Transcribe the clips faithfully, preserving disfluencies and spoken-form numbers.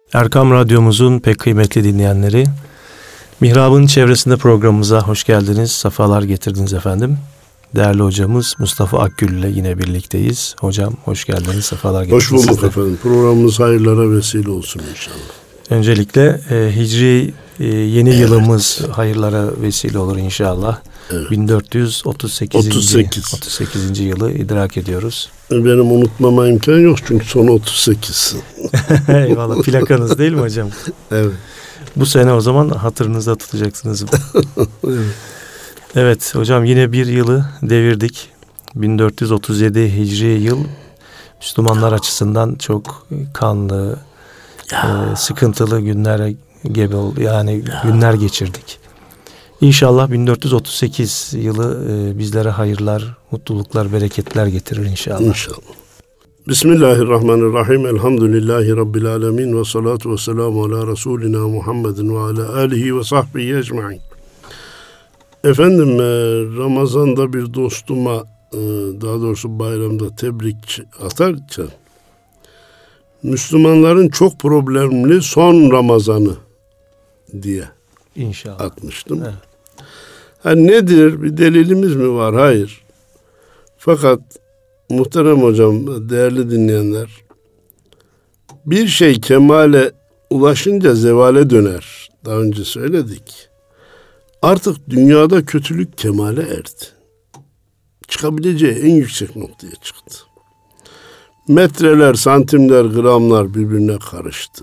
Erkam Radyomuzun pek kıymetli dinleyenleri, Mihrab'ın çevresinde programımıza hoş geldiniz, sefalar getirdiniz efendim. Değerli hocamız Mustafa Akgül ile yine birlikteyiz. Hocam hoş geldiniz, sefalar getirdiniz. Hoş bulduk efendim. Programımız hayırlara vesile olsun inşallah. Öncelikle e, Hicri e, yeni evet. yılımız hayırlara vesile olur inşallah. Evet. bin dört yüz otuz sekizinci. otuz sekiz. otuz sekizinci yılı idrak ediyoruz. Benim unutmama imkan yok çünkü sonu otuz sekiz. Eyvallah, plakanız değil mi hocam? Evet. Bu sene o zaman hatırınızda tutacaksınız. Evet. Evet hocam, yine bir yılı devirdik. bin dört yüz otuz yedi Hicri yıl Müslümanlar açısından çok kanlı, e, sıkıntılı günlere gebe oldu. Yani ya. günler geçirdik. İnşallah bin dört yüz otuz sekiz yılı e, bizlere hayırlar, mutluluklar, bereketler getirir inşallah. İnşallah. Bismillahirrahmanirrahim. Elhamdülillahi Rabbil alemin. Ve salatu ve selamu ala Resulina Muhammedin ve ala alihi ve sahbihi ecma'in. Efendim, Ramazan'da bir dostuma, daha doğrusu bayramda tebrik atarken, Müslümanların çok problemli son Ramazanı diye İnşallah. atmıştım. Evet. Ha, nedir? Bir delilimiz mi var? Hayır. Fakat muhterem hocam, değerli dinleyenler, bir şey kemale ulaşınca zevale döner. Daha önce söyledik. Artık dünyada kötülük kemale erdi. Çıkabileceği en yüksek noktaya çıktı. Metreler, santimler, gramlar birbirine karıştı.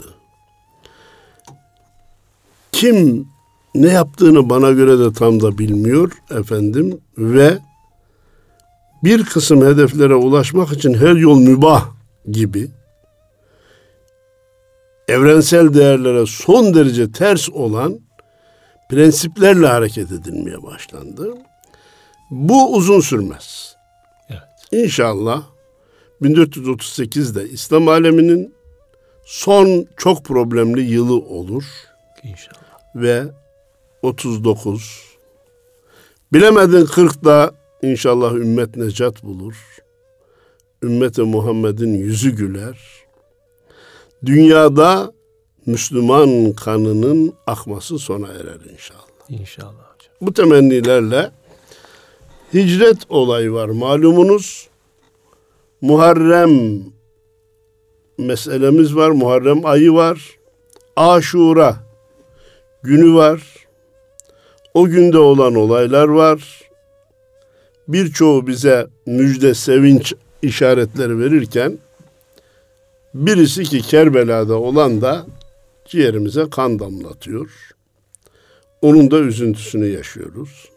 Kim ne yaptığını bana göre de tam da bilmiyor efendim ve bir kısım hedeflere ulaşmak için her yol mübah gibi evrensel değerlere son derece ters olan prensiplerle hareket edilmeye başlandı. Bu uzun sürmez. Evet. İnşallah bin dört yüz otuz sekizde İslam aleminin son çok problemli yılı olur. İnşallah. Ve otuz dokuz, bilemedin kırkta inşallah ümmet necat bulur. Ümmeti Muhammed'in yüzü güler. Dünyada Müslüman kanının akması sona erer inşallah. İnşallah hocam. Bu temennilerle hicret olayı var malumunuz. Muharrem meselemiz var. Muharrem ayı var. Aşura günü var. O günde olan olaylar var. Birçoğu bize müjde, sevinç işaretleri verirken birisi ki Kerbela'da olan da ciğerimize kan damlatıyor. Onun da üzüntüsünü yaşıyoruz.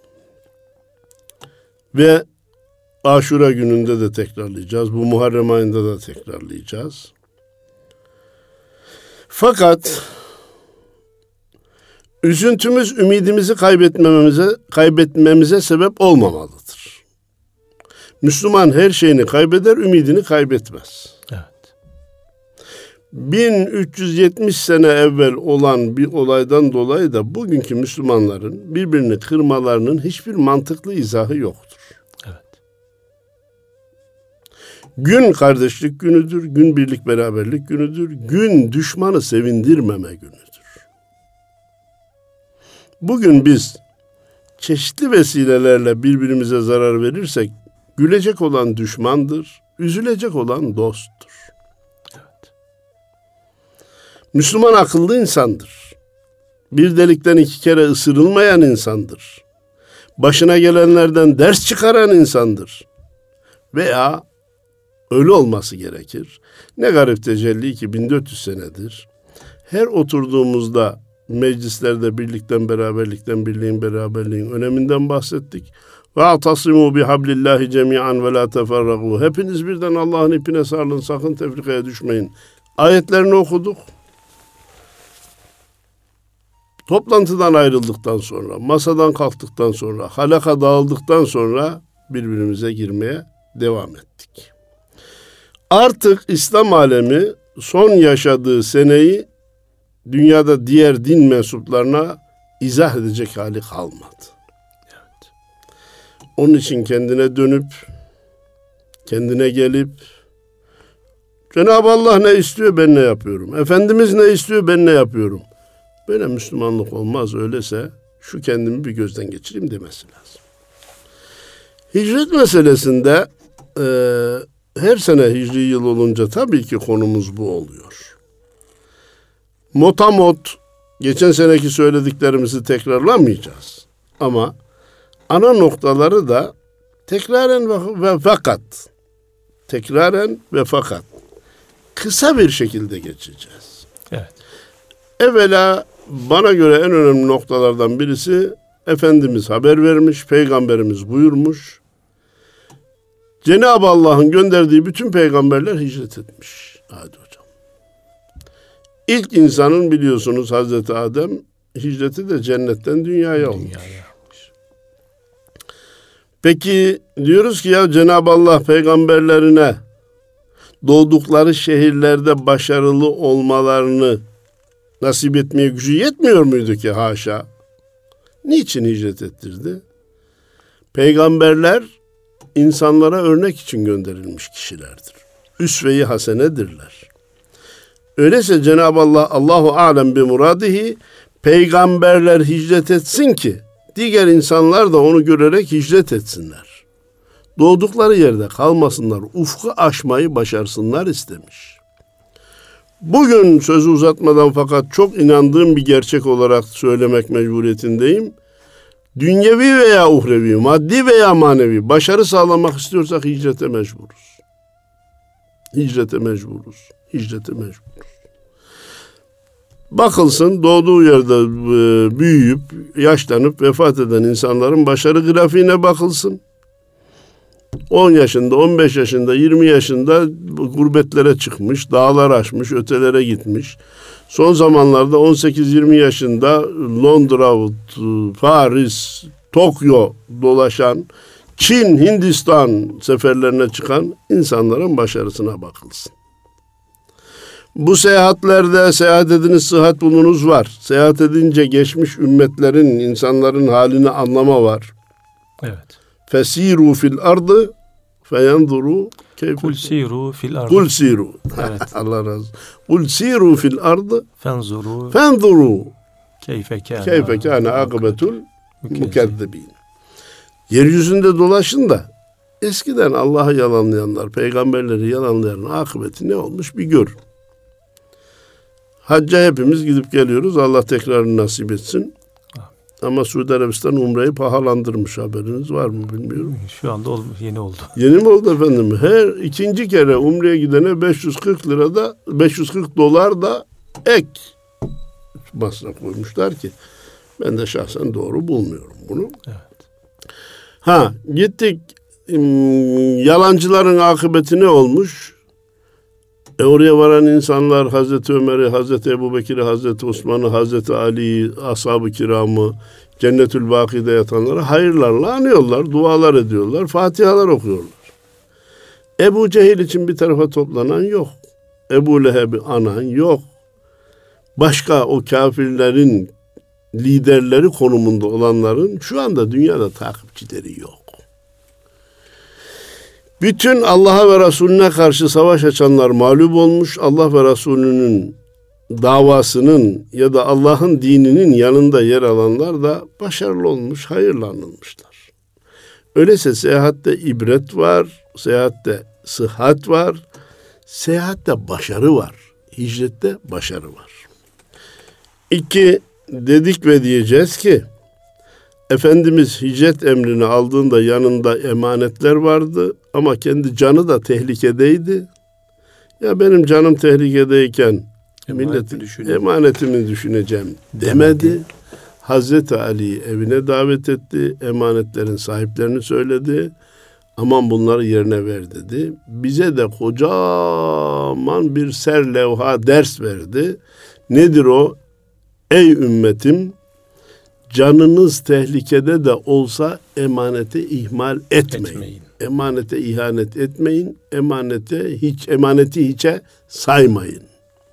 Ve Aşura gününde de tekrarlayacağız. Bu Muharrem ayında da tekrarlayacağız. Fakat üzüntümüz ümidimizi kaybetmemize, kaybetmemize sebep olmamalıdır. Müslüman her şeyini kaybeder, ümidini kaybetmez. Evet. bin üç yüz yetmiş sene evvel olan bir olaydan dolayı da bugünkü Müslümanların birbirini kırmalarının hiçbir mantıklı izahı yoktur. Evet. Gün kardeşlik günüdür, gün birlik beraberlik günüdür, gün düşmanı sevindirmeme günüdür. Bugün biz çeşitli vesilelerle birbirimize zarar verirsek gülecek olan düşmandır, üzülecek olan dosttur. Evet. Müslüman akıllı insandır. Bir delikten iki kere ısırılmayan insandır. Başına gelenlerden ders çıkaran insandır. Veya öyle olması gerekir. Ne garip tecelli ki bin dört yüz senedir her oturduğumuzda meclislerde birlikten, beraberlikten, birliğin, beraberliğin öneminden bahsettik. Ve atasimu bihablillahi cemian ve la teferragu. Hepiniz birden Allah'ın ipine sarılın, sakın tefrikaya düşmeyin. Ayetlerini okuduk. Toplantıdan ayrıldıktan sonra, masadan kalktıktan sonra, halaka dağıldıktan sonra birbirimize girmeye devam ettik. Artık İslam alemi son yaşadığı seneyi dünyada diğer din mensuplarına izah edecek hali kalmadı. Evet. Onun için kendine dönüp, kendine gelip, Cenab-ı Allah ne istiyor, ben ne yapıyorum. Efendimiz ne istiyor, ben ne yapıyorum. Böyle Müslümanlık olmaz. Öyleyse şu kendimi bir gözden geçireyim demesi lazım. Hicret meselesinde e, her sene hicri yıl olunca tabii ki konumuz bu oluyor. Motamot, geçen seneki söylediklerimizi tekrarlamayacağız. Ama ana noktaları da tekraren ve, ve fakat, tekraren ve fakat kısa bir şekilde geçeceğiz. Evet. Evvela bana göre en önemli noktalardan birisi Efendimiz haber vermiş, Peygamberimiz buyurmuş. Cenab-ı Allah'ın gönderdiği bütün peygamberler hicret etmiş. Hadi hocam. İlk insanın biliyorsunuz Hazreti Adem hicreti de cennetten dünyaya olmuş. Dünyaya. Peki diyoruz ki ya Cenab-ı Allah peygamberlerine doğdukları şehirlerde başarılı olmalarını nasip etmeye gücü yetmiyor muydu ki haşa? Niçin hicret ettirdi? Peygamberler insanlara örnek için gönderilmiş kişilerdir. Üsve-i hasenedirler. Öyleyse Cenab-ı Allah Allahu alem bi muradihi peygamberler hicret etsin ki diğer insanlar da onu görerek hicret etsinler. Doğdukları yerde kalmasınlar, ufku aşmayı başarsınlar istemiş. Bugün sözü uzatmadan fakat çok inandığım bir gerçek olarak söylemek mecburiyetindeyim. Dünyevi veya uhrevi, maddi veya manevi başarı sağlamak istiyorsak hicrete mecburuz. Hicrete mecburuz. Hicrete mecburuz. Bakılsın doğduğu yerde e, büyüyüp, yaşlanıp vefat eden insanların başarı grafiğine bakılsın. on yaşında, on beş yaşında, yirmi yaşında gurbetlere çıkmış, dağlar aşmış, ötelere gitmiş. Son zamanlarda on sekiz yirmi yaşında Londra, Paris, Tokyo dolaşan, Çin, Hindistan seferlerine çıkan insanların başarısına bakılsın. Bu seyahatlerde seyahat ediniz, sıhhat bulunuz var. Seyahat edince geçmiş ümmetlerin, insanların halini anlama var. Evet. Fesiru fil ardı feyenzuru keyfe. Kul siru fil ardı. Kul siru. Evet. Allah razı olsun. Kul siru fil ardı fenzuru fenzuru keyfe kâne keyfe kâne akıbetul mükezzebîn. Yeryüzünde dolaşın da eskiden Allah'ı yalanlayanlar, peygamberleri yalanlayanların akıbeti ne olmuş bir gör. Hacca hepimiz gidip geliyoruz. Allah tekrarını nasip etsin. Ama Suudi Arabistan umreyi pahalandırmış, haberiniz var mı bilmiyorum. Şu anda ol, yeni oldu. Yeni mi oldu efendim? Her ikinci kere umreye gidene beş yüz kırk lirada beş yüz kırk dolar da ek masraf koymuşlar ki ben de şahsen doğru bulmuyorum bunu. Evet. Ha gittik, yalancıların akıbeti ne olmuş? E oraya varan insanlar Hazreti Ömer'i, Hazreti Ebubekir'i, Hazreti Osman'ı, Hazreti Ali'yi, ashab-ı kiramı, Cennetül Baki'de yatanları hayırlarla anıyorlar, dualar ediyorlar, fatihalar okuyorlar. Ebu Cehil için bir tarafa toplanan yok. Ebu Leheb'i anan yok. Başka o kafirlerin liderleri konumunda olanların şu anda dünyada takipçileri yok. Bütün Allah'a ve Resulüne karşı savaş açanlar mağlup olmuş. Allah ve Resulünün davasının ya da Allah'ın dininin yanında yer alanlar da başarılı olmuş, hayırla anılmışlar. Öyleyse seyahatte ibret var, seyahatte sıhhat var, seyahatte başarı var, hicrette başarı var. İki, dedik ve diyeceğiz ki, Efendimiz hicret emrini aldığında yanında emanetler vardı ama kendi canı da tehlikedeydi. Ya benim canım tehlikedeyken milletin emanetimi düşüneceğim demedi. demedi. Hazreti Ali'yi evine davet etti. Emanetlerin sahiplerini söyledi. Aman bunları yerine ver dedi. Bize de kocaman bir serlevha ders verdi. Nedir o? Ey ümmetim, canınız tehlikede de olsa emanete ihmal etmeyin. etmeyin. Emanete ihanet etmeyin. Emanete hiç emaneti hiçe saymayın.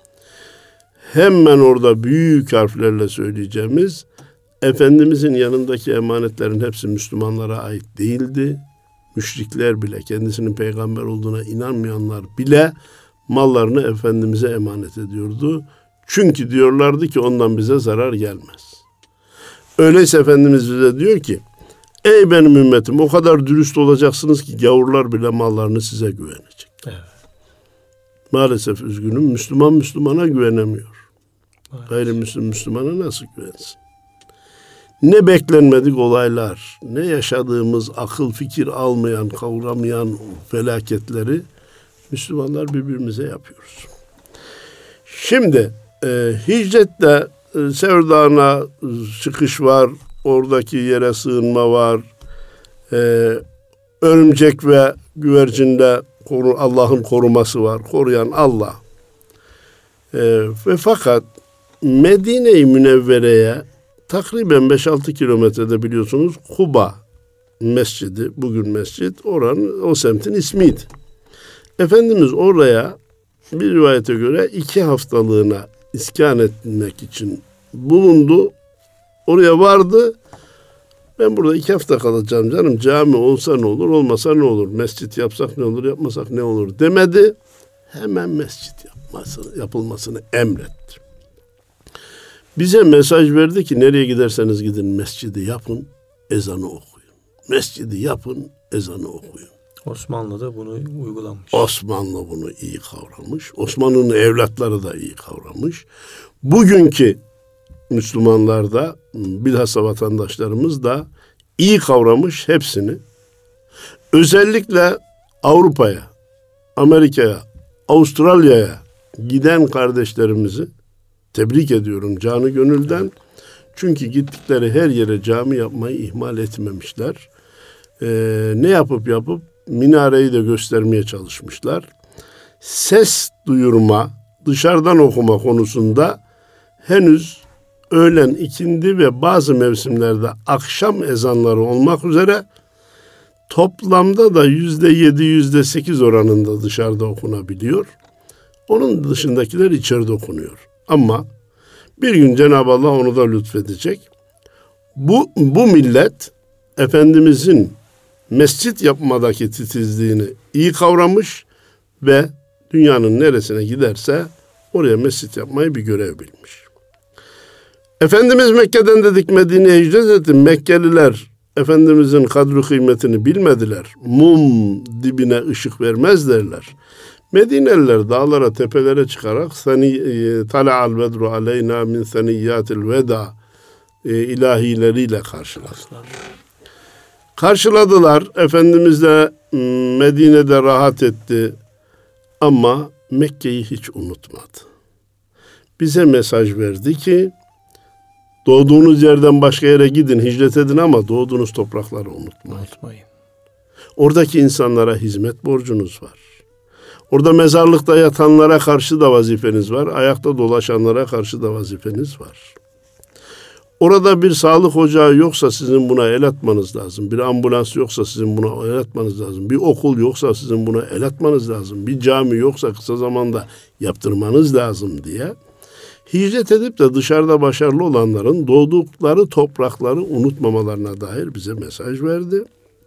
Hemen orada büyük harflerle söyleyeceğimiz, Efendimizin yanındaki emanetlerin hepsi Müslümanlara ait değildi. Müşrikler bile, kendisinin peygamber olduğuna inanmayanlar bile mallarını Efendimiz'e emanet ediyordu. Çünkü diyorlardı ki ondan bize zarar gelmez. Öyleyse Efendimiz bize diyor ki, ey benim ümmetim, o kadar dürüst olacaksınız ki gavurlar bile mallarını size güvenecek. Evet. Maalesef üzgünüm, Müslüman Müslümana güvenemiyor. Evet. Gayrimüslim Müslümana nasıl güvensin? Ne beklenmedik olaylar, ne yaşadığımız akıl fikir almayan, kavramayan felaketleri Müslümanlar birbirimize yapıyoruz. Şimdi e, hicrette e, Sevr Dağı'na çıkış var, oradaki yere sığınma var, e, örümcek ve güvercinde koru, Allah'ın koruması var, koruyan Allah. E, ve fakat Medine-i Münevvere'ye takriben beş altı kilometrede biliyorsunuz Kuba Mescidi, bugün mescid, oranın, o semtin ismiydi. Efendimiz oraya bir rivayete göre iki haftalığına iskan etmek için bulundu. Oraya vardı. Ben burada iki hafta kalacağım canım. Cami olsa ne olur, olmasa ne olur? Mescit yapsak ne olur, yapmasak ne olur demedi. Hemen mescit yapması, yapılmasını emretti. Bize mesaj verdi ki nereye giderseniz gidin mescidi yapın, ezanı okuyun. Mescidi yapın, ezanı okuyun. Osmanlı da bunu uygulamış. Osmanlı bunu iyi kavramış. Osmanlı'nın evlatları da iyi kavramış. Bugünkü Müslümanlar da, bilhassa vatandaşlarımız da iyi kavramış hepsini. Özellikle Avrupa'ya, Amerika'ya, Avustralya'ya giden kardeşlerimizi tebrik ediyorum canı gönülden. Çünkü gittikleri her yere cami yapmayı ihmal etmemişler. Ee, ne yapıp yapıp minareyi de göstermeye çalışmışlar. Ses duyurma, dışarıdan okuma konusunda henüz öğlen, ikindi ve bazı mevsimlerde akşam ezanları olmak üzere toplamda da yüzde yedi, yüzde sekiz oranında dışarıda okunabiliyor. Onun dışındakiler içeride okunuyor. Ama bir gün Cenab-ı Allah onu da lütfedecek. Bu, bu millet Efendimizin mescit yapmadaki titizliğini iyi kavramış ve dünyanın neresine giderse oraya mescit yapmayı bir görev bilmiş. Efendimiz Mekke'den dedik Medine'ye hicret etti. Mekkeliler Efendimizin kadri kıymetini bilmediler. Mum dibine ışık vermez derler. Medineliler dağlara, tepelere çıkarak tala'al bedru aleyna min seniyyatil veda ilahileriyle karşıladılar. Karşıladılar. Efendimiz de Medine'de rahat etti. Ama Mekke'yi hiç unutmadı. Bize mesaj verdi ki doğduğunuz yerden başka yere gidin, hicret edin ama doğduğunuz toprakları unutmayın. Unutmayın. Oradaki insanlara hizmet borcunuz var. Orada mezarlıkta yatanlara karşı da vazifeniz var. Ayakta dolaşanlara karşı da vazifeniz var. Orada bir sağlık ocağı yoksa sizin buna el atmanız lazım. Bir ambulans yoksa sizin buna el atmanız lazım. Bir okul yoksa sizin buna el atmanız lazım. Bir cami yoksa kısa zamanda yaptırmanız lazım diye. Hicret edip de dışarıda başarılı olanların doğdukları toprakları unutmamalarına dair bize mesaj verdi.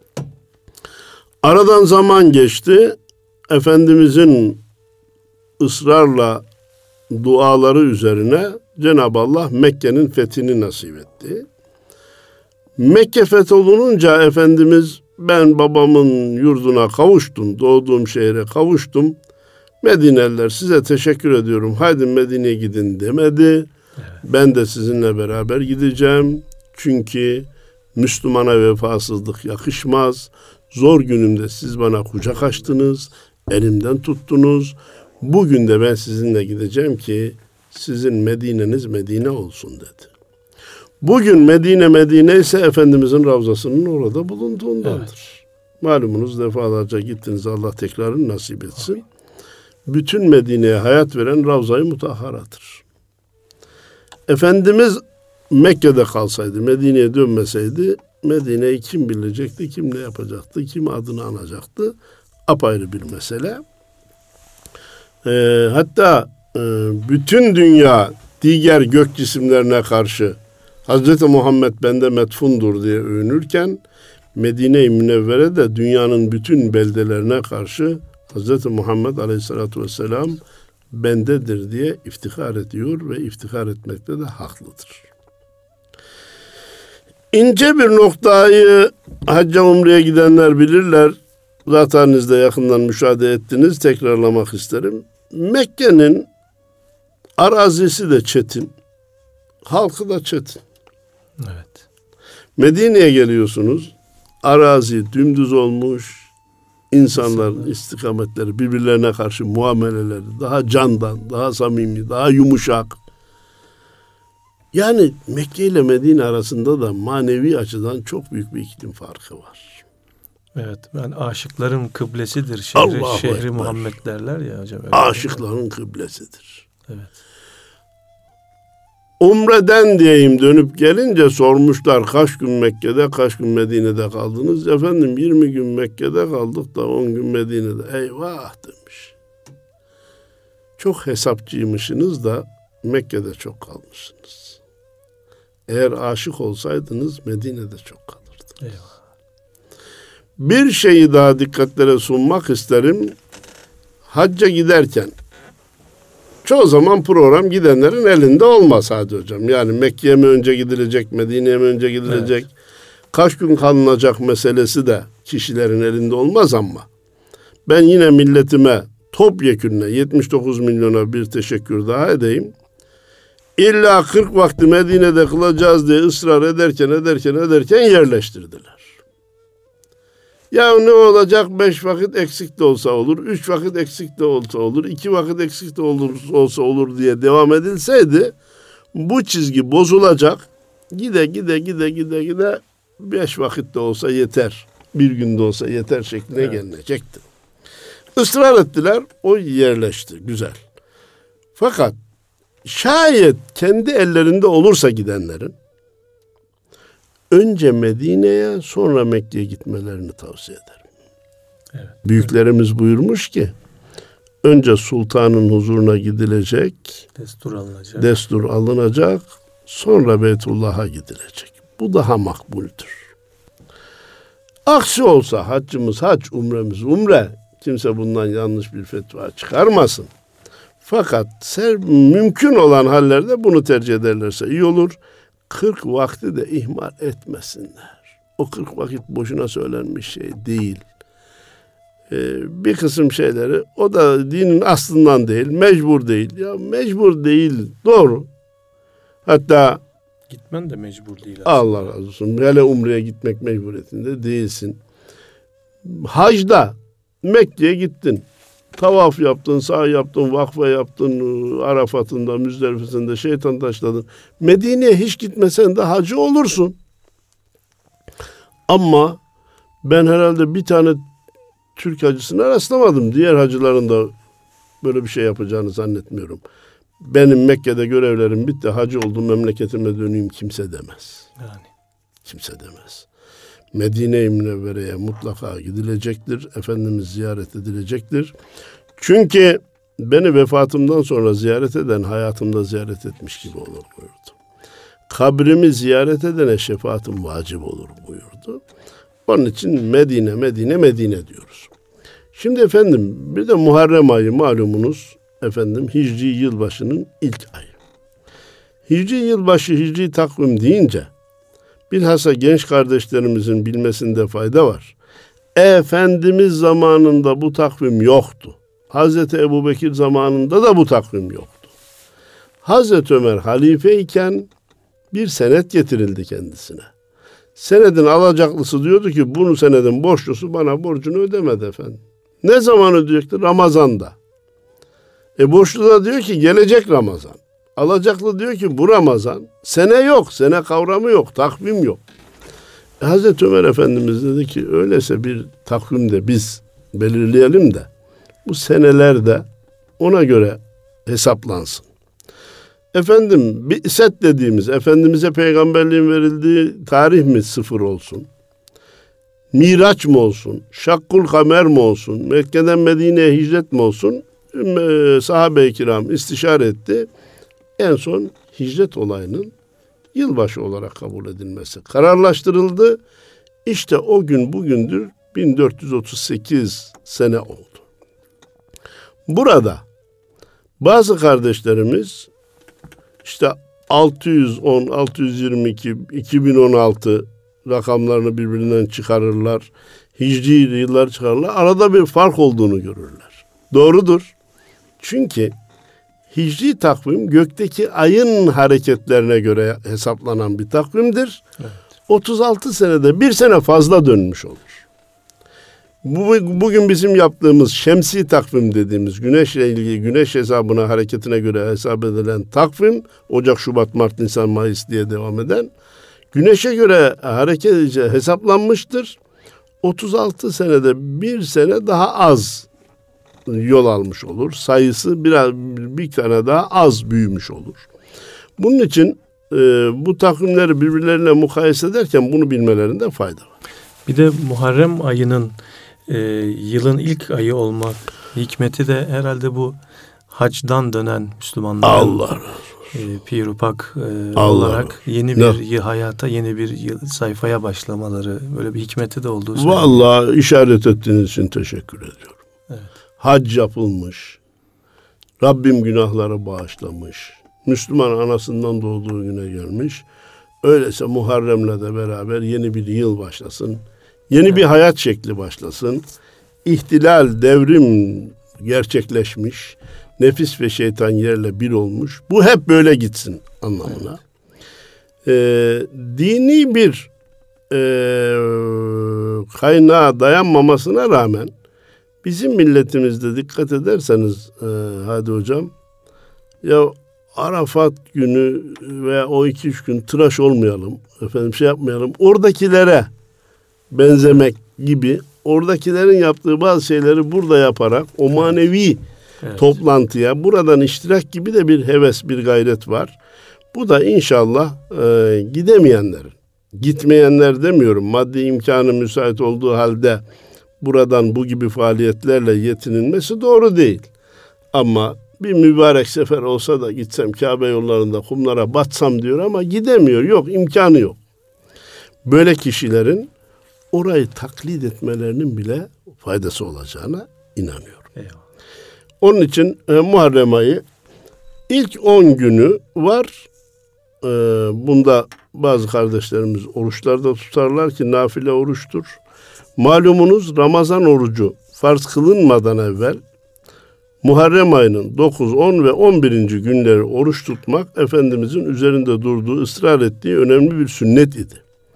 Aradan zaman geçti. Efendimizin ısrarla duaları üzerine Cenab-ı Allah Mekke'nin fethini nasip etti. Mekke fetholununca Efendimiz ben babamın yurduna kavuştum, doğduğum şehre kavuştum. Medineliler size teşekkür ediyorum, haydi Medine'ye gidin demedi. Evet. Ben de sizinle beraber gideceğim. Çünkü Müslümana vefasızlık yakışmaz. Zor günümde siz bana kucak açtınız, elimden tuttunuz. Bugün de ben sizinle gideceğim ki sizin Medine'niz Medine olsun dedi. Bugün Medine Medine ise Efendimizin Ravzası'nın orada bulunduğundandır. Evet. Malumunuz defalarca gittiniz, Allah tekrarını nasip etsin. Amin. Bütün Medine'ye hayat veren Ravza-i Mutahharadır. Efendimiz Mekke'de kalsaydı, Medine'ye dönmeseydi Medine'yi kim bilecekti, kim ne yapacaktı, kim adını anacaktı apayrı bir mesele. Ee, hatta e, bütün dünya diğer gök cisimlerine karşı Hazreti Muhammed bende metfundur diye övünürken Medine-i Münevvere de dünyanın bütün beldelerine karşı Hazreti Muhammed Aleyhisselatü Vesselam bendedir diye iftihar ediyor ve iftihar etmekte de haklıdır. İnce bir noktayı hacca umreye gidenler bilirler. Zaten siz de yakından müşahede ettiniz. Tekrarlamak isterim. Mekke'nin arazisi de çetin. Halkı da çetin. Evet. Medine'ye geliyorsunuz. Arazi dümdüz olmuş. İnsanların istikametleri, birbirlerine karşı muameleleri daha candan, daha samimi, daha yumuşak. Yani Mekke ile Medine arasında da manevi açıdan çok büyük bir iklim farkı var. Evet, ben aşıkların kıblesidir şehri, Allahu şehri Ekber. Muhammed derler ya hocam. Öyle Aşıkların kıblesidir. Evet. Umreden diyeyim dönüp gelince sormuşlar kaç gün Mekke'de kaç gün Medine'de kaldınız? Efendim yirmi gün Mekke'de kaldık da on gün Medine'de. Eyvah demiş. Çok hesapçıymışsınız da Mekke'de çok kalmışsınız. Eğer aşık olsaydınız Medine'de çok kalırdınız. Eyvah. Bir şeyi daha dikkatlere sunmak isterim. Hacca giderken çoğu zaman program gidenlerin elinde olmaz Hadi Hocam. Yani Mekke'ye mi önce gidilecek, Medine'ye mi önce gidilecek, evet. Kaç gün kalınacak meselesi de kişilerin elinde olmaz ama ben yine milletime topyekünle yetmiş dokuz milyona bir teşekkür daha edeyim. İlla kırk vakti Medine'de kılacağız diye ısrar ederken ederken ederken yerleştirdiler. Ya ne olacak? Beş vakit eksik de olsa olur, üç vakit eksik de olsa olur, iki vakit eksik de olur, olsa olur diye devam edilseydi bu çizgi bozulacak. Gide gide gide gide gide beş vakit de olsa yeter, bir günde olsa yeter şekline evet. gelinecekti. Israr ettiler, o yerleşti, güzel. Fakat şayet kendi ellerinde olursa gidenlerin önce Medine'ye sonra Mekke'ye gitmelerini tavsiye ederim. Evet. Büyüklerimiz buyurmuş ki önce sultanın huzuruna gidilecek, destur alınacak, destur alınacak, sonra Beytullah'a gidilecek. Bu daha makbuldür. Aksi olsa haccımız hac, umremiz umre, kimse bundan yanlış bir fetva çıkarmasın. Fakat ser, mümkün olan hallerde bunu tercih ederlerse iyi olur. kırk vakti de ihmal etmesinler. O kırk vakit boşuna söylenmiş şey değil. Ee, bir kısım şeyleri, o da dinin aslından değil, mecbur değil. Ya mecbur değil, doğru. Hatta gitmen de mecbur değil aslında. Allah razı olsun. Hele umreye gitmek mecburiyetinde değilsin. Hacda Mekke'ye gittin. Tavaf yaptın, sa'i yaptın, vakfe yaptın, Arafat'ında, Müzdelife'sinde şeytan taşladın. Medine'ye hiç gitmesen de hacı olursun. Ama ben herhalde bir tane Türk hacısına rastlamadım. Diğer hacıların da böyle bir şey yapacağını zannetmiyorum. Benim Mekke'de görevlerim bitti, hacı oldum, memleketime döneyim kimse demez. Yani. Kimse demez. Medine-i Münevvere'ye mutlaka gidilecektir. Efendimiz ziyaret edilecektir. Çünkü beni vefatımdan sonra ziyaret eden hayatımda ziyaret etmiş gibi olur buyurdu. Kabrimi ziyaret edene şefaatim vacip olur buyurdu. Onun için Medine, Medine, Medine diyoruz. Şimdi efendim bir de Muharrem ayı malumunuz efendim Hicri yılbaşının ilk ayı. Hicri yılbaşı, Hicri takvim deyince bilhassa genç kardeşlerimizin bilmesinde fayda var. Efendimiz zamanında bu takvim yoktu. Hazreti Ebubekir zamanında da bu takvim yoktu. Hazreti Ömer halife iken bir senet getirildi kendisine. Senedin alacaklısı diyordu ki bunu senedin borçlusu bana borcunu ödemedi efendim. Ne zaman ödeyecekti? Ramazan'da. E borçlu da diyor ki gelecek Ramazan. Alacaklı diyor ki bu Ramazan. Sene yok, sene kavramı yok, takvim yok. E Hazreti Ömer Efendimiz dedi ki öyleyse bir takvimde biz belirleyelim de bu seneler de ona göre hesaplansın. Efendim bi'set dediğimiz Efendimiz'e peygamberliğin verildiği tarih mi sıfır olsun? Miraç mı olsun? Şakkul kamer mi olsun? Mekke'den Medine'ye hicret mi olsun? Sahabe-i kiram istişare etti. En son hicret olayının yılbaşı olarak kabul edilmesi kararlaştırıldı. İşte o gün bugündür bin dört yüz otuz sekiz sene oldu. Burada bazı kardeşlerimiz işte altı yüz on, altı yüz yirmi iki, iki bin on altı rakamlarını birbirinden çıkarırlar. Hicri yıllar çıkarırlar. Arada bir fark olduğunu görürler. Doğrudur. Çünkü hicri takvim gökteki ayın hareketlerine göre hesaplanan bir takvimdir. Evet. otuz altı senede bir sene fazla dönmüş olur. Bu, bugün bizim yaptığımız şemsi takvim dediğimiz güneşle ilgili güneş hesabına hareketine göre hesap edilen takvim Ocak, Şubat, Mart, Nisan, Mayıs diye devam eden güneşe göre hareket hesaplanmıştır. otuz altı senede bir sene daha az yol almış olur. Sayısı biraz bir tane daha az büyümüş olur. Bunun için e, bu takvimleri birbirlerine mukayese ederken bunu bilmelerinde fayda var. Bir de Muharrem ayının e, yılın ilk ayı olmak hikmeti de herhalde bu hacdan dönen Müslümanların Allah razı olsun. E, pirupak e, olarak yeni bir ne? hayata, yeni bir yıl, sayfaya başlamaları, böyle bir hikmeti de olduğu söyleniyor. Vallahi işaret ettiğiniz için teşekkür ediyorum. Evet. Hac yapılmış. Rabbim günahları bağışlamış. Müslüman anasından doğduğu güne gelmiş. Öyleyse Muharrem'le de beraber yeni bir yıl başlasın. Yeni evet. bir hayat şekli başlasın. İhtilal, devrim gerçekleşmiş. Nefis ve şeytan yerle bir olmuş. Bu hep böyle gitsin anlamına. Evet. Ee, dini bir e, kaynağa dayanmamasına rağmen bizim milletimizde dikkat ederseniz e, hadi hocam ya Arafat günü veya o iki üç gün tıraş olmayalım, efendim şey yapmayalım. Oradakilere benzemek gibi oradakilerin yaptığı bazı şeyleri burada yaparak o manevi evet. toplantıya buradan iştirak gibi de bir heves, bir gayret var. Bu da inşallah e, gidemeyenlerin, gitmeyenler demiyorum, maddi imkanı müsait olduğu halde buradan bu gibi faaliyetlerle yetinilmesi doğru değil. Ama bir mübarek sefer olsa da gitsem Kabe yollarında kumlara batsam diyor ama gidemiyor. Yok, imkanı yok. Böyle kişilerin orayı taklit etmelerinin bile faydası olacağına inanıyorum. Eyvallah. Onun için e, Muharrem ayı ilk on günü var. E, bunda bazı kardeşlerimiz oruçlarda tutarlar ki nafile oruçtur. Malumunuz Ramazan orucu farz kılınmadan evvel Muharrem ayının dokuz, on ve on birinci günleri oruç tutmak Efendimizin üzerinde durduğu, ısrar ettiği önemli bir sünnet idi.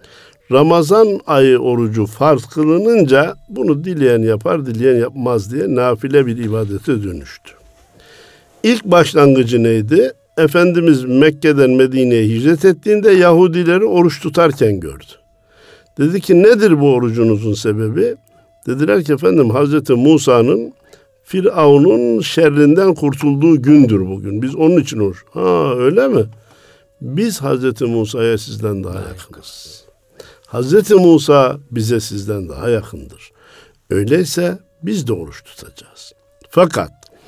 Ramazan ayı orucu farz kılınınca bunu dileyen yapar, dileyen yapmaz diye nafile bir ibadete dönüştü. İlk başlangıcı neydi? Efendimiz Mekke'den Medine'ye hicret ettiğinde Yahudileri oruç tutarken gördü. Dedi ki nedir bu orucunuzun sebebi? Dediler ki efendim Hazreti Musa'nın Firavun'un şerrinden kurtulduğu gündür bugün. Biz onun için oruç. Ha öyle mi? Biz Hazreti Musa'ya sizden daha yakınız. Hazreti Musa bize sizden daha yakındır. Öyleyse biz de oruç tutacağız. Fakat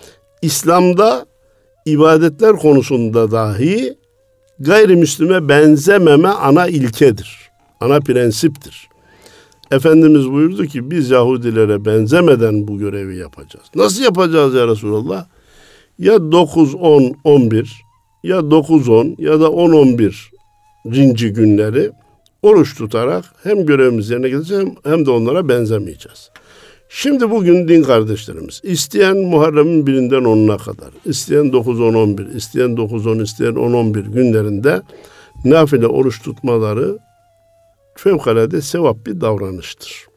İslam'da ibadetler konusunda dahi gayrimüslime benzememe ana ilkedir. Ana prensiptir. Efendimiz buyurdu ki biz Yahudilere benzemeden bu görevi yapacağız. Nasıl yapacağız ya Resulallah? Ya dokuz, on, on bir ya dokuz, on ya da on, on bir rinci günleri oruç tutarak hem görevimizi yerine getireceğiz hem de onlara benzemeyeceğiz. Şimdi bugün din kardeşlerimiz isteyen Muharrem'in birinden onuna kadar, isteyen dokuz, on, on bir, isteyen dokuz, on, isteyen on, on bir günlerinde nafile oruç tutmaları fevkalade sevap bir davranıştır.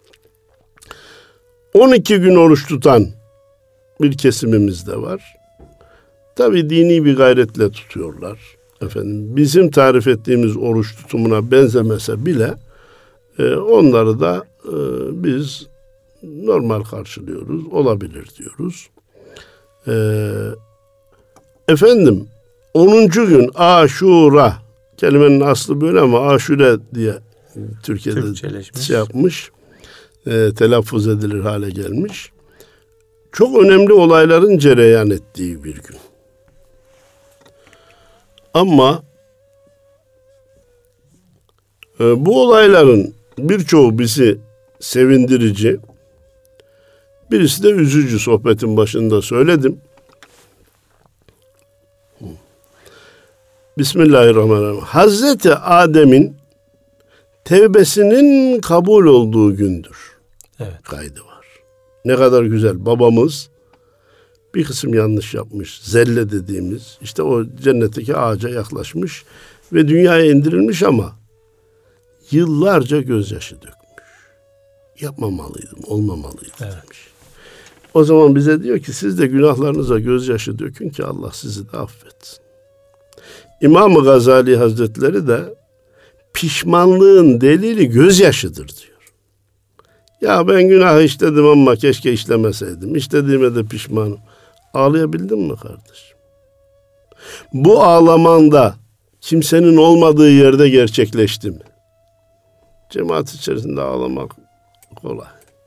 on iki gün oruç tutan bir kesimimiz de var. Tabii dini bir gayretle tutuyorlar. Efendim bizim tarif ettiğimiz oruç tutumuna benzemese bile e, onları da e, biz normal karşılıyoruz. Olabilir diyoruz. E, efendim onuncu gün Aşura, kelimenin aslı böyle ama Aşure diye Türkiye'de şey yapmış, e, telaffuz edilir hale gelmiş. Çok önemli olayların cereyan ettiği bir gün. Ama e, bu olayların birçoğu bizi sevindirici, Birisi de üzücü, sohbetin başında söyledim. Bismillahirrahmanirrahim. Hazreti Adem'in tevbesinin kabul olduğu gündür. Evet. Kaydı var. Ne kadar güzel. Babamız bir kısım yanlış yapmış. Zelle dediğimiz, işte o cennetteki ağaca yaklaşmış ve dünyaya indirilmiş ama yıllarca gözyaşı dökmüş. Yapmamalıydım, olmamalıydım Evet. demiş. O zaman bize diyor ki siz de günahlarınıza gözyaşı dökün ki Allah sizi de affetsin. İmam-ı Gazali Hazretleri de pişmanlığın delili gözyaşıdır diyor. Ya ben günah işledim ama keşke işlemeseydim. İşlediğime de pişmanım. Ağlayabildin mi kardeşim? Bu ağlamanda kimsenin olmadığı yerde gerçekleşti mi? Cemaat içerisinde ağlamak kolay.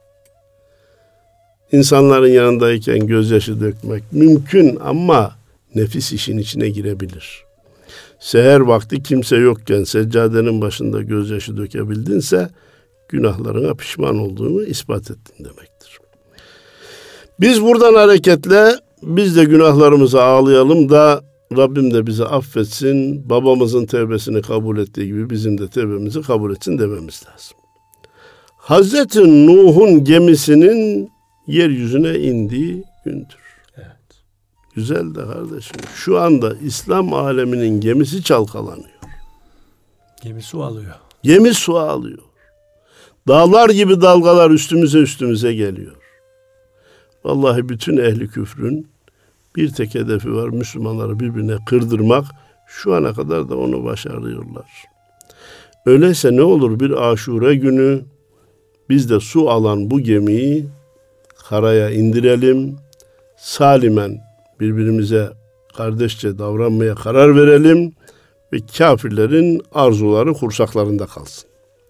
İnsanların yanındayken gözyaşı dökmek mümkün ama nefis işin içine girebilir. Seher vakti kimse yokken seccadenin başında gözyaşı dökebildinse günahlarına pişman olduğunu ispat ettin demektir. Biz buradan hareketle biz de günahlarımıza ağlayalım da Rabbim de bizi affetsin, babamızın tevbesini kabul ettiği gibi bizim de tevbemizi kabul etsin dememiz lazım. Hazreti Nuh'un gemisinin yeryüzüne indiği gündür. Evet. Güzel de kardeşim, şu anda İslam aleminin gemisi çalkalanıyor. Gemi su alıyor. Gemi su alıyor. Dağlar gibi dalgalar üstümüze üstümüze geliyor. Vallahi bütün ehli küfrün bir tek hedefi var, Müslümanları birbirine kırdırmak. Şu ana kadar da onu başarıyorlar. Öyleyse ne olur bir Aşure günü biz de su alan bu gemiyi karaya indirelim. Salimen birbirimize kardeşçe davranmaya karar verelim ve kafirlerin arzuları kursaklarında kalsın.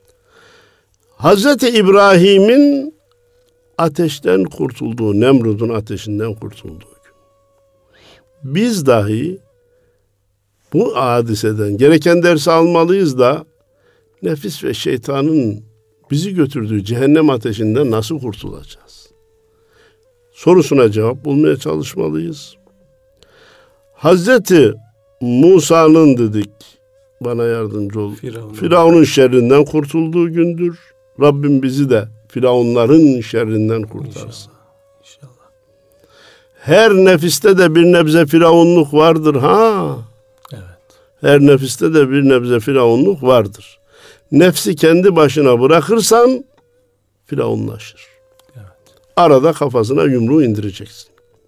Hazreti İbrahim'in ateşten kurtulduğu, Nemrud'un ateşinden kurtulduğu gün. Biz dahi bu hadiseden gereken dersi almalıyız da nefis ve şeytanın bizi götürdüğü cehennem ateşinden nasıl kurtulacağız? Sorusuna cevap bulmaya çalışmalıyız. Hazreti Musa'nın dedik, bana yardımcı ol. Firavun. Firavun'un şerrinden kurtulduğu gündür. Rabbim bizi de Firavunların şerrinden kurtarsın. İnşallah. İnşallah. Her nefiste de bir nebze firavunluk vardır ha. Evet. Her nefiste de bir nebze firavunluk vardır. Nefsi kendi başına bırakırsan firavunlaşır. Evet. Arada kafasına yumruğu indireceksin.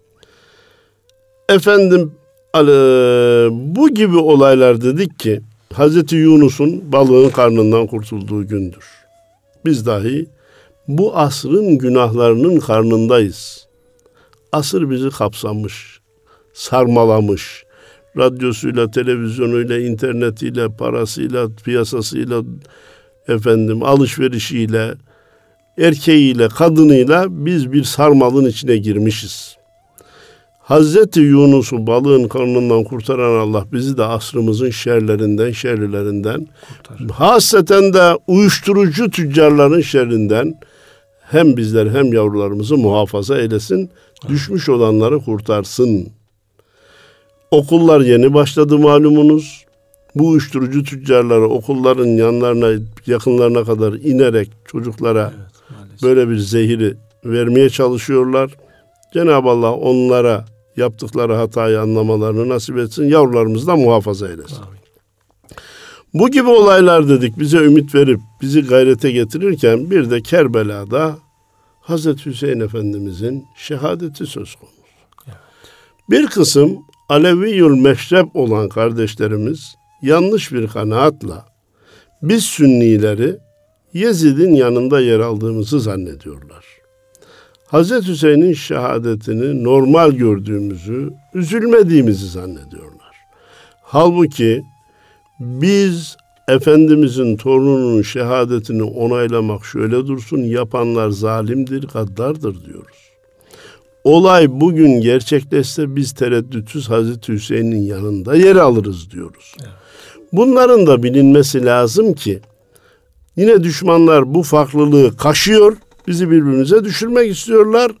Efendim bu gibi olaylar dedik ki Hazreti Yunus'un balığın karnından kurtulduğu gündür. Biz dahi bu asrın günahlarının karnındayız. Asır bizi kapsamış, sarmalamış. Radyosuyla, televizyonuyla, internetiyle, parasıyla, piyasasıyla, efendim alışverişiyle, erkeğiyle, kadınıyla biz bir sarmalın içine girmişiz. Hazreti Yunus'u balığın karnından kurtaran Allah bizi de asrımızın şerlerinden, şerlilerinden, kurtar. Hasreten de uyuşturucu tüccarların şerrinden hem bizler hem yavrularımızı muhafaza eylesin. Amin. Düşmüş olanları kurtarsın. Okullar yeni başladı malumunuz. Bu uyuşturucu tüccarları okulların yanlarına, yakınlarına kadar inerek çocuklara evet, böyle bir zehiri vermeye çalışıyorlar. Cenab-ı Allah onlara yaptıkları hatayı anlamalarını nasip etsin. Yavrularımızı da muhafaza eylesin. Amin. Bu gibi olaylar dedik bize ümit verip bizi gayrete getirirken bir de Kerbela'da Hazreti Hüseyin Efendimizin şehadeti söz konusu. Evet. Bir kısım Aleviyül Meşrep olan kardeşlerimiz yanlış bir kanaatla biz Sünnileri Yezid'in yanında yer aldığımızı zannediyorlar. Hazreti Hüseyin'in şehadetini normal gördüğümüzü, üzülmediğimizi zannediyorlar. Halbuki biz Efendimizin torununun şehadetini onaylamak şöyle dursun, yapanlar zalimdir, gaddardır diyoruz. Olay bugün gerçekleşse biz tereddütsüz Hazreti Hüseyin'in yanında yer alırız diyoruz. Evet. Bunların da bilinmesi lazım ki yine düşmanlar bu farklılığı kaşıyor, bizi birbirimize düşürmek istiyorlar.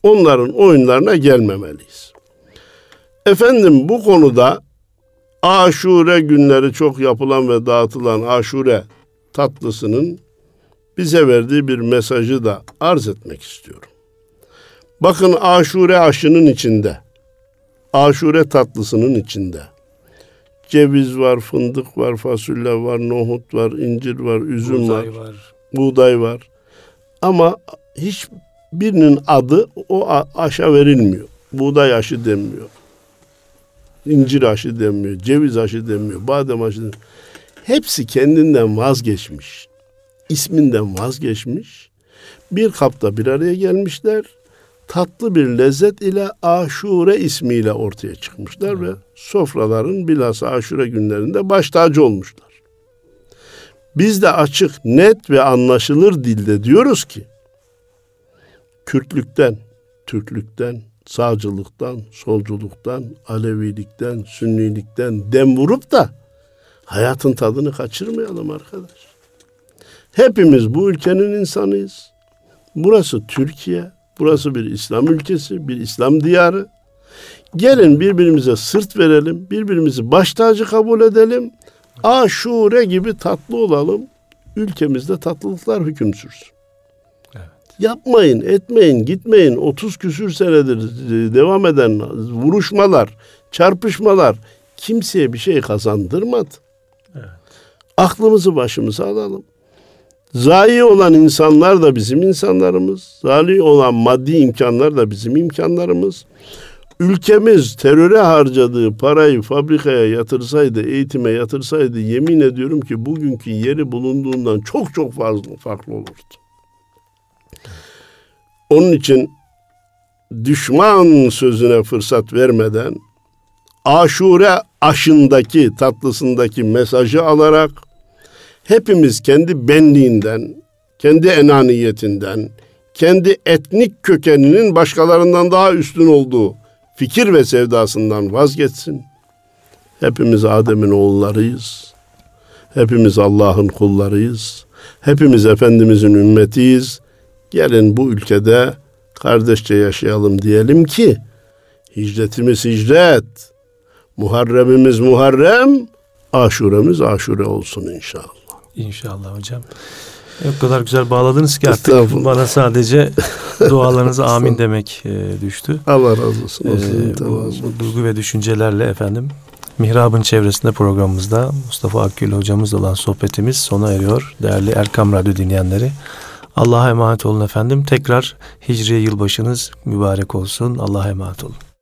onların oyunlarına gelmemeliyiz. Efendim bu konuda Aşure günleri çok yapılan ve dağıtılan Aşure tatlısının bize verdiği bir mesajı da arz etmek istiyorum. Bakın Aşure aşının içinde, Aşure tatlısının içinde ceviz var, fındık var, fasulye var, nohut var, incir var, üzüm var, var, buğday var. Ama hiçbirinin adı o aşa verilmiyor. Buğday aşı denmiyor. İncir aşı denmiyor, ceviz aşı denmiyor, badem aşı denmiyor. Hepsi kendinden vazgeçmiş. İsminden vazgeçmiş. Bir kapta bir araya gelmişler. Tatlı bir lezzet ile Aşure ismiyle ortaya çıkmışlar evet. Ve sofraların bilhassa Aşure günlerinde baş tacı olmuşlar. Biz de açık, net ve anlaşılır dilde diyoruz ki Kürtlükten, Türklükten, sağcılıktan, solculuktan, Alevilikten, Sünnilikten dem vurup da hayatın tadını kaçırmayalım arkadaş. Hepimiz bu ülkenin insanıyız. Burası Türkiye, burası bir İslam ülkesi, bir İslam diyarı. Gelin birbirimize sırt verelim, birbirimizi baş tacı kabul edelim. Aşure gibi tatlı olalım, ülkemizde tatlılıklar hüküm sürsün. Yapmayın, etmeyin, gitmeyin. otuz küsür senedir devam eden vuruşmalar, çarpışmalar kimseye bir şey kazandırmadı. Evet. Aklımızı başımıza alalım. Zayi olan insanlar da bizim insanlarımız. Zayi olan maddi imkanlar da bizim imkanlarımız. Ülkemiz teröre harcadığı parayı fabrikaya yatırsaydı, eğitime yatırsaydı yemin ediyorum ki bugünkü yeri bulunduğundan çok çok fazla farklı olurdu. Onun için düşman sözüne fırsat vermeden Aşure aşındaki, tatlısındaki mesajı alarak hepimiz kendi benliğinden, kendi enaniyetinden, kendi etnik kökeninin başkalarından daha üstün olduğu fikir ve sevdasından vazgeçsin. Hepimiz Adem'in oğullarıyız. Hepimiz Allah'ın kullarıyız. Hepimiz Efendimizin ümmetiyiz. Gelin bu ülkede kardeşçe yaşayalım diyelim ki hicretimiz hicret, Muharremimiz Muharrem, Aşuremiz Aşure olsun inşallah. İnşallah hocam. O kadar güzel bağladınız ki artık bana sadece dualarınıza amin demek e, düştü. Allah razı olsun. E, bu, bu duygu ve düşüncelerle efendim Mihrab'ın çevresinde programımızda Mustafa Akgül hocamızla olan sohbetimiz sona eriyor. Değerli Erkam Radyo dinleyenleri, Allah'a emanet olun efendim. Tekrar Hicri yılbaşınız mübarek olsun. Allah'a emanet olun.